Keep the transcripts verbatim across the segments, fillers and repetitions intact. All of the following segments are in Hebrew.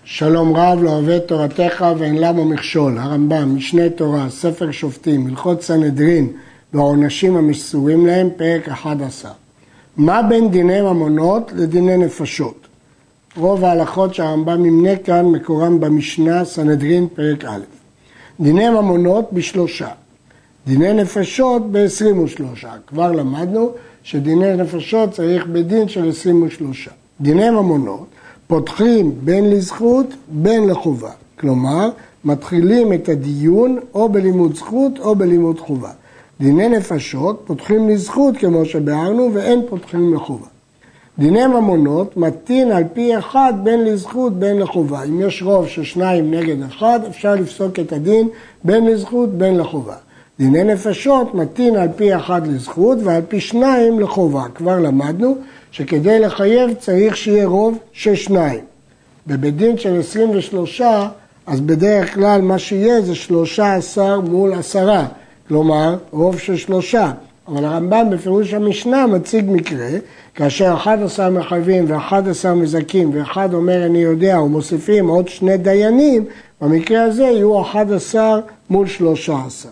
שלום רב לא אוהב תורתך ואין למה מכשול. הרמב"ם, משנה תורה, ספר שופטים, הלכות סנהדרין והעונשים המסורים להם, פרק אחד עשר. מה בין דיני ממונות לדיני נפשות? רוב ההלכות שהרמב"ם ימנה כאן מקורם במשנה סנהדרין פרק א'. דיני ממונות בשלושה, דיני נפשות ב-עשרים ושלושה. כבר למדנו שדיני נפשות צריך בדין של עשרים ושלושה. דיני ממונות פותחים בין לזכות בין לחובה, כלומר מתחילים את הדיון או בלימוד זכות או בלימוד חובה. דיני נפשות פותחים לזכות כמו שבארנו ואין פותחים לחובה. דיני ממונות מתין על פי אחד בין לזכות בין לחובה. אם יש רוב ששניים נגד אחד אפשר לפסוק את הדין בין לזכות בין לחובה. דיני נפשות מתין על פי אחד לזכות ועל פי שניים לחובה. כבר למדנו שכדי לחייב צריך שיהיה רוב של שניים. בבית דין של עשרים ושלושה, אז בדרך כלל מה שיהיה זה שלושה עשר מול עשרה, כלומר רוב של שלושה. אבל הרמב"ם בפירוש המשנה מציג מקרה, כאשר אחד עשר מחייבים ואחד עשר מזכים ואחד אומר אני יודע ומוסיפים עוד שני דיינים, במקרה הזה יהיו אחד עשר מול שלושה עשר.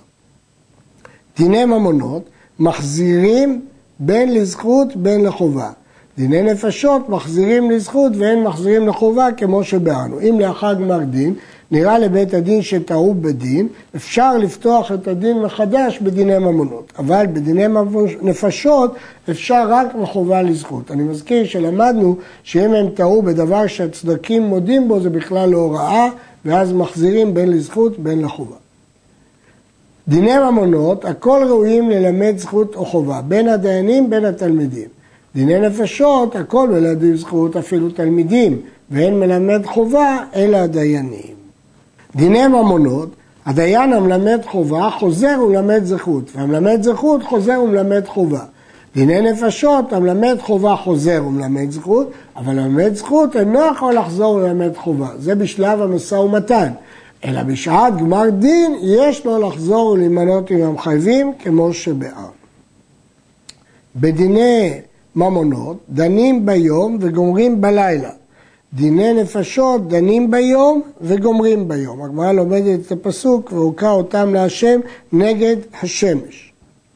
דיני ממונות מחזירים בין לזכות בין לחובה. דיני נפשות מחזירים לזכות ואין מחזירים לחובה כמו שבארנו. אם לאחר גמר דין נראה לבית הדין שטעו בדין, אפשר לפתוח את הדין מחדש בדיני ממונות. אבל בדיני נפשות אפשר רק מחובה לזכות. אני מזכיר שלמדנו שאם הם טעו בדבר שהצדקים מודים בו זה בכלל לא הוראה, ואז מחזירים בין לזכות בין לחובה. דיני ממונות הכל ראויים ללמד זכות או חובה, בין הדיינים בין התלמידים. דיני נפשות הכל מלמדים זכות אפילו תלמידים, ואין מלמד חובה אלא הדיינים. דיני ממונות, הדיין המלמד חובה חוזר ומלמד זכות, והמלמד זכות חוזר ומלמד חובה. דיני נפשות, המלמד חובה חוזר ומלמד זכות, אבל המלמד זכות אינו יכול לחזור ולמד חובה. זה בשלב המשא ומתן. אלא בשעת גמר דין יש לו לחזור ולהימנות עם המחייבים כמו שבאר. בדיני ממונות דנים ביום וגומרים בלילה. דיני נפשות דנים ביום וגומרים ביום. הגמרא לומדת את הפסוק והוקע אותם להשם נגד השמש.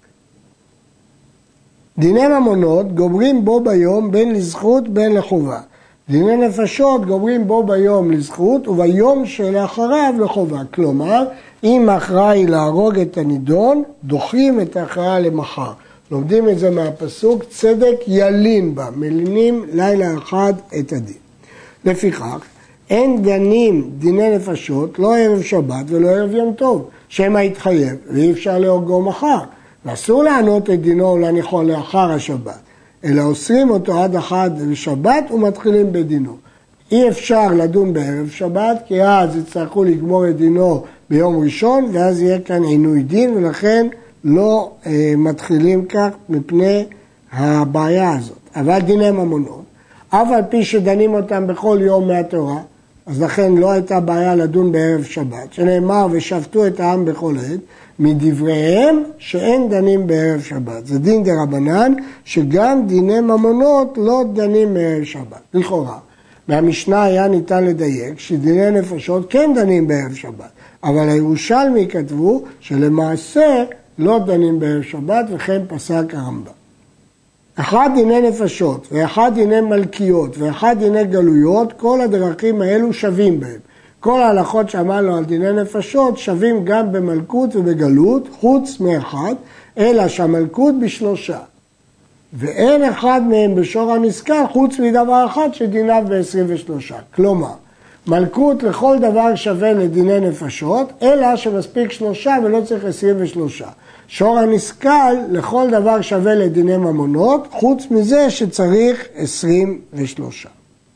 דיני ממונות גומרים בו ביום בין לזכות בין לחובה. דיני נפשות גומרים בו ביום לזכות וביום שלאחריו לחובה. כלומר, אם ההכרעה היא להרוג את הנידון, דוחים את ההכרעה למחר. לומדים את זה מהפסוק, צדק ילין בה, מלינים לילה אחד את הדין. לפיכך, אין דנים דיני נפשות, לא ערב שבת ולא ערב יום טוב, שמא יתחייב, ואי אפשר להורגו מחר. ואסור לענות את דינו ולהניחו לאחר השבת, אלא אוסרים אותו עד אחד לשבת ומתחילים בדינו. אי אפשר לדון בערב שבת, כי אז יצטרכו לגמור את דינו ביום ראשון, ואז יהיה כאן עינוי דין, ולכן לא אה, מתחילים כך מפני הבעיה הזאת. אבל דיני ממונות, אף על פי שדנים אותם בכל יום מהתורה, אז לכן לא הייתה בעיה לדון בערב שבת, שנאמר ושפטו את העם בכל עת, מדבריהם שאין דנים בערב שבת. זה דין דרבנן שגם דיני ממונות לא דנים בערב שבת. לכאורה, מהמשנה היה ניתן לדייק שדיני נפשות כן דנים בערב שבת, אבל הירושלמי כתבו שלמעשה לא דנים בערב שבת וכן פסק הרמב"ם. אחד דיני נפשות ואחד דיני מלכיות ואחד דיני גלויות, כל הדרכים האלו שווים בהם. כל ההלכות שאמרנו על דיני נפשות שווים גם במלכות ובגלות, חוץ מאחד, אלא שהמלכות בשלושה. ואין אחד מהם בשור הנזכר חוץ מדבר אחד שדיניו ב-עשרים ושלושה. כלומר, מלכות לכל דבר שווה לדיני נפשות, אלא שמספיק שלושה ולא צריך עשרים ושלושה. שור הנזכר לכל דבר שווה לדיני ממונות, חוץ מזה שצריך עשרים ושלושה.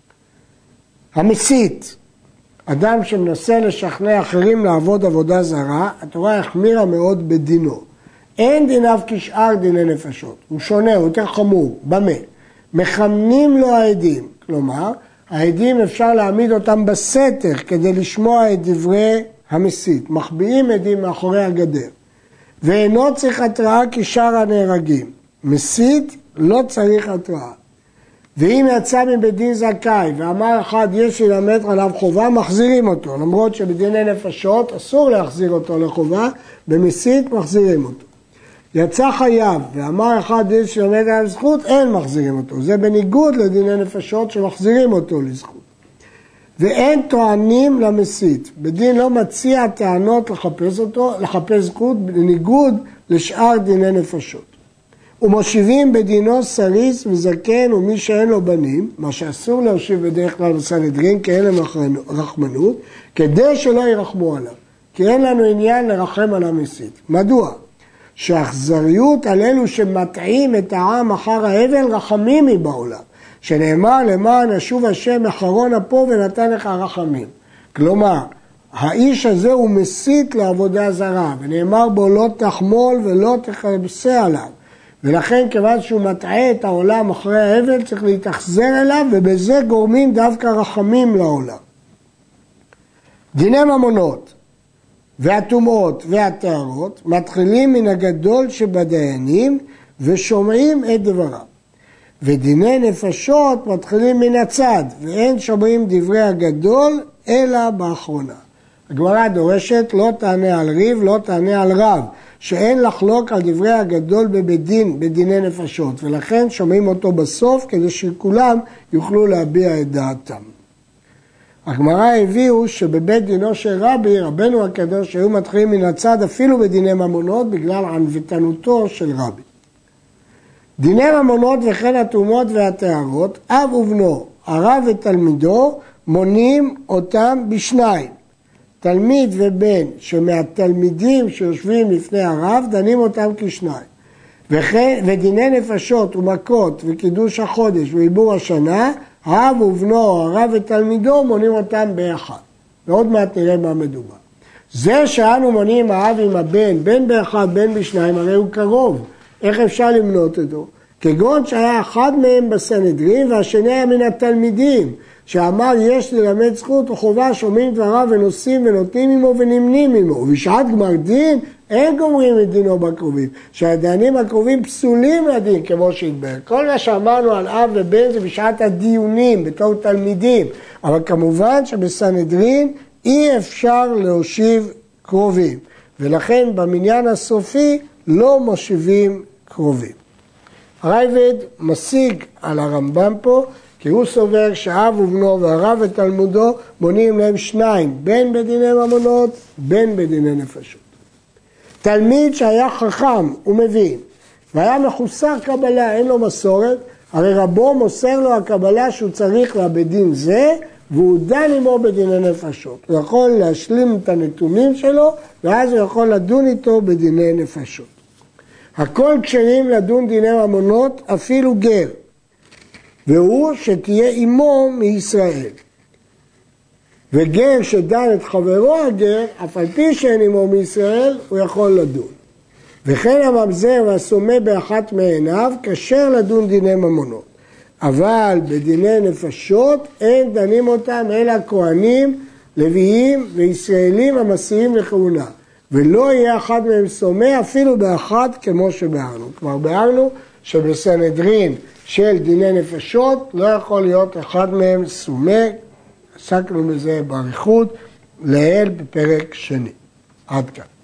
המסית, אדם שמנסה לשכנע אחרים לעבוד עבודה זרה, התורה החמירה מאוד בדינו. אין דיניו כשאר דיני נפשות, הוא שונה, הוא יותר חמור, במה? מחמנים לו העדים, כלומר, העדים אפשר להעמיד אותם בסתר כדי לשמוע את דברי המסית, מחביאים עדים מאחורי הגדר. ואינו צריך התראה כשאר הנהרגים, מסית לא צריך התראה. ואם יצא מבית דין זכאי ואמר אחד יש ללמד עליו חובה, מחזירים אותו, למרות שבדיני נפשות אסור להחזיר אותו לחובה, במסית מחזירים אותו. יצא חייב ואמר אחד יש ללמד עליו זכות, אין מחזירים אותו, זה בניגוד לדיני נפשות שמחזירים אותו לזכות. ואין טוענים למסית, בדין לא מציע טענות לחפש אותו, לחפש זכות, בניגוד לשאר דיני נפשות. ומושיבים בדינו סריס וזקן ומי שאין לו בנים, מה שאסור להושיב בדרך כלל בסנהדרין, כי אין להם רחמנות, כדי שלא ירחמו עליו, כי אין לנו עניין לרחם על המסית. מדוע? שהאכזריות על אלו שמטעים את העם אחר האבל רחמים היא בעולם, שנאמר למען ישוב השם אחרון אפו ונתן לך רחמים. כלומר, האיש הזה הוא מסית לעבודה זרה, ונאמר בו לא תחמול ולא תכבסה עליו. ולכן כיוון שהוא מטעה את העולם אחרי האבל צריך להתאכזר אליו, ובזה גורמים דווקא רחמים לעולם. דיני ממונות והטומאות והטהרות מתחילים מן הגדול שבדיינים ושומעים את דבריו. ודיני נפשות מתחילים מן הצד, ואין שומעים דברי הגדול אלא באחרונה. הגמרא דורשת לא תענה על ריב, לא תענה על רב, שאין לחלוק על דברי הגדול בבית דין, בדיני נפשות, ולכן שומעים אותו בסוף כדי שכולם יוכלו להביע את דעתם. הגמרא הביאו שבבית דינו של רבי, רבנו הקדוש, היו מתחילים מן הצד אפילו בדיני ממונות בגלל ענוותנותו של רבי. דיני ממונות וכן הטומאות והטהרות, אב ובנו, הרב ותלמידו, מונים אותם בשניים. תלמיד ובן שמהתלמידים שיושבים לפני הרב, דנים אותם כשניים. וכן, ודיני נפשות ומכות וקידוש החודש ועיבור השנה, האב ובנו, הרב ותלמידו, מונים אותם באחד. ועוד מעט נראה מה מדובר. זה שאנו מונים האב עם הבן, בן באחד, בן בשניים, הרי הוא קרוב. איך אפשר למנות אותו? כגון שהיה אחד מהם בסנהדרין והשני היה מן התלמידים, שאמר יש ללמד זכות וחובה, שומעים דבריו ונושאים ונותנים עמו ונמנים עמו. ובשעת גמר דין אין גומרים את דינו בקרובים, שהדיינים הקרובים פסולים לדין כמו שהתברר. כל מה שאמרנו על אב ובן זה בשעת הדיונים בתור תלמידים, אבל כמובן שבסנהדרין אי אפשר להושיב קרובים, ולכן במניין הסופי לא מושיבים קרובים. הרייבד משיג על הרמב"ם פה, כי הוא סובר שאב ובנו והרב ותלמודו מונים להם שניים, בין בדיני ממונות, בין בדיני נפשות. תלמיד שהיה חכם ומבין, והיה מחוסר קבלה, אין לו מסורת, הרי רבו מוסר לו הקבלה שהוא צריך לה בדין זה, והוא דן עמו בדיני נפשות. הוא יכול להשלים את הנתונים שלו, ואז הוא יכול לדון איתו בדיני נפשות. הכל כשרים לדון דיני ממונות, אפילו גר, והוא שתהיה עמו מישראל. וגר שדן את חברו הגר, אף על פי שאין עמו מישראל, הוא יכול לדון. וכן הממזר והסומה באחת מעיניו, כשר לדון דיני ממונות. אבל בדיני נפשות אין דנים אותם אלא כהנים, לוויים וישראלים המסיעים לכהונה. ולא יהיה אחד מהם סומה אפילו באחת כמו שבארנו. כלומר בארנו שבסנהדרין של דיני נפשות לא יכול להיות אחד מהם סומה. עסקנו בזה באריכות לעיל בפרק שני. עד כאן.